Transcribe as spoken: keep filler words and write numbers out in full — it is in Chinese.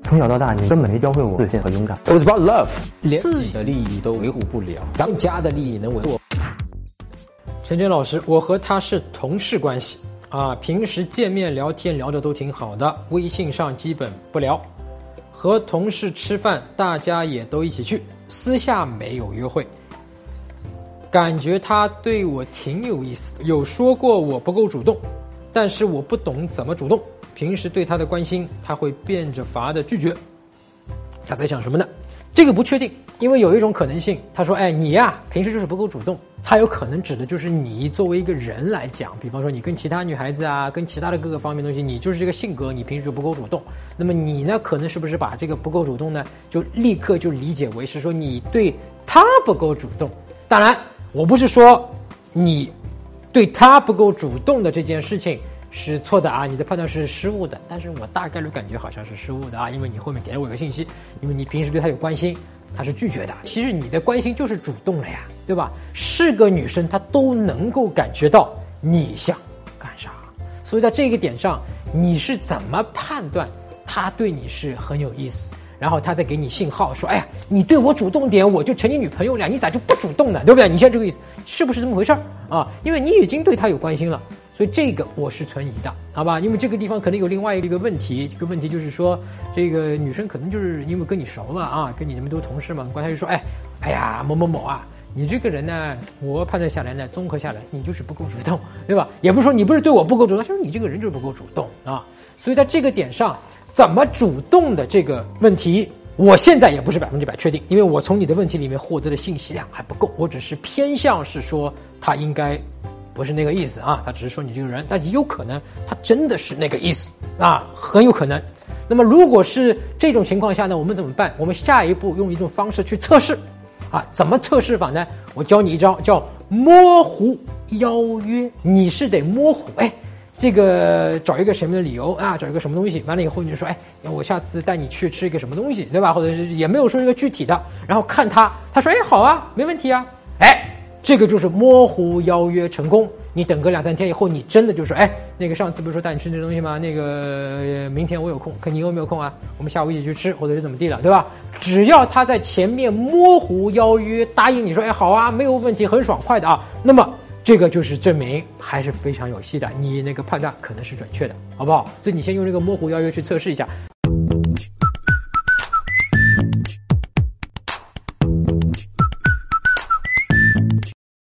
从小到大，你根本没教会我自信和勇敢。 It was about love， 连自己的利益都维护不了，咱们家的利益能维护？ 陈真老师，我和他是同事关系啊，平时见面聊天聊得都挺好的，微信上基本不聊。和同事吃饭，大家也都一起去，私下没有约会。感觉他对我挺有意思，有说过我不够主动，但是我不懂怎么主动。平时对他的关心，他会变着法的拒绝。他在想什么呢？这个不确定，因为有一种可能性，他说：“哎，你呀，平时就是不够主动。”他有可能指的就是你作为一个人来讲，比方说你跟其他女孩子啊，跟其他的各个方面的东西，你就是这个性格，你平时就不够主动。那么你呢，可能是不是把这个不够主动呢，就立刻就理解为是说你对他不够主动？当然，我不是说你对他不够主动的这件事情是错的啊，你的判断是失误的，但是我大概率感觉好像是失误的啊，因为你后面给了我一个信息，因为你平时对他有关心，他是拒绝的。其实你的关心就是主动了呀，对吧？是个女生她都能够感觉到你想干啥，所以在这个点上，你是怎么判断他对你是很有意思，然后他再给你信号说，哎呀，你对我主动点，我就成你女朋友了，你咋就不主动呢？对不对？你现在这个意思是不是这么回事啊？因为你已经对他有关心了，所以这个我是存疑的，好吧？因为这个地方可能有另外一个问题，这个问题就是说，这个女生可能就是因为跟你熟了啊，跟你们都同事嘛，刚才就说，哎，哎呀，某某某啊，你这个人呢，我判断下来呢，综合下来，你就是不够主动，对吧？也不是说你不是对我不够主动，就是你这个人就是不够主动啊。所以在这个点上，怎么主动的这个问题，我现在也不是百分之百确定，因为我从你的问题里面获得的信息量还不够，我只是偏向是说他应该不是那个意思啊，他只是说你这个人，但也有可能他真的是那个意思啊，很有可能。那么如果是这种情况下呢，我们怎么办？我们下一步用一种方式去测试啊，怎么测试法呢？我教你一招叫模糊邀约，你是得模糊，哎，这个找一个什么的理由啊，找一个什么东西，完了以后你就说，哎，我下次带你去吃一个什么东西，对吧？或者是也没有说一个具体的，然后看他，他说，哎，好啊，没问题啊，哎，这个就是模糊邀约成功。你等个两三天以后，你真的就说，哎，那个上次不是说带你吃这东西吗？那个、呃、明天我有空，可你有没有空啊？我们下午一起去吃，或者是怎么地了，对吧？只要他在前面模糊邀约答应你说，哎，好啊，没有问题，很爽快的啊，那么这个就是证明还是非常有戏的，你那个判断可能是准确的，好不好？所以你先用这个模糊邀约去测试一下。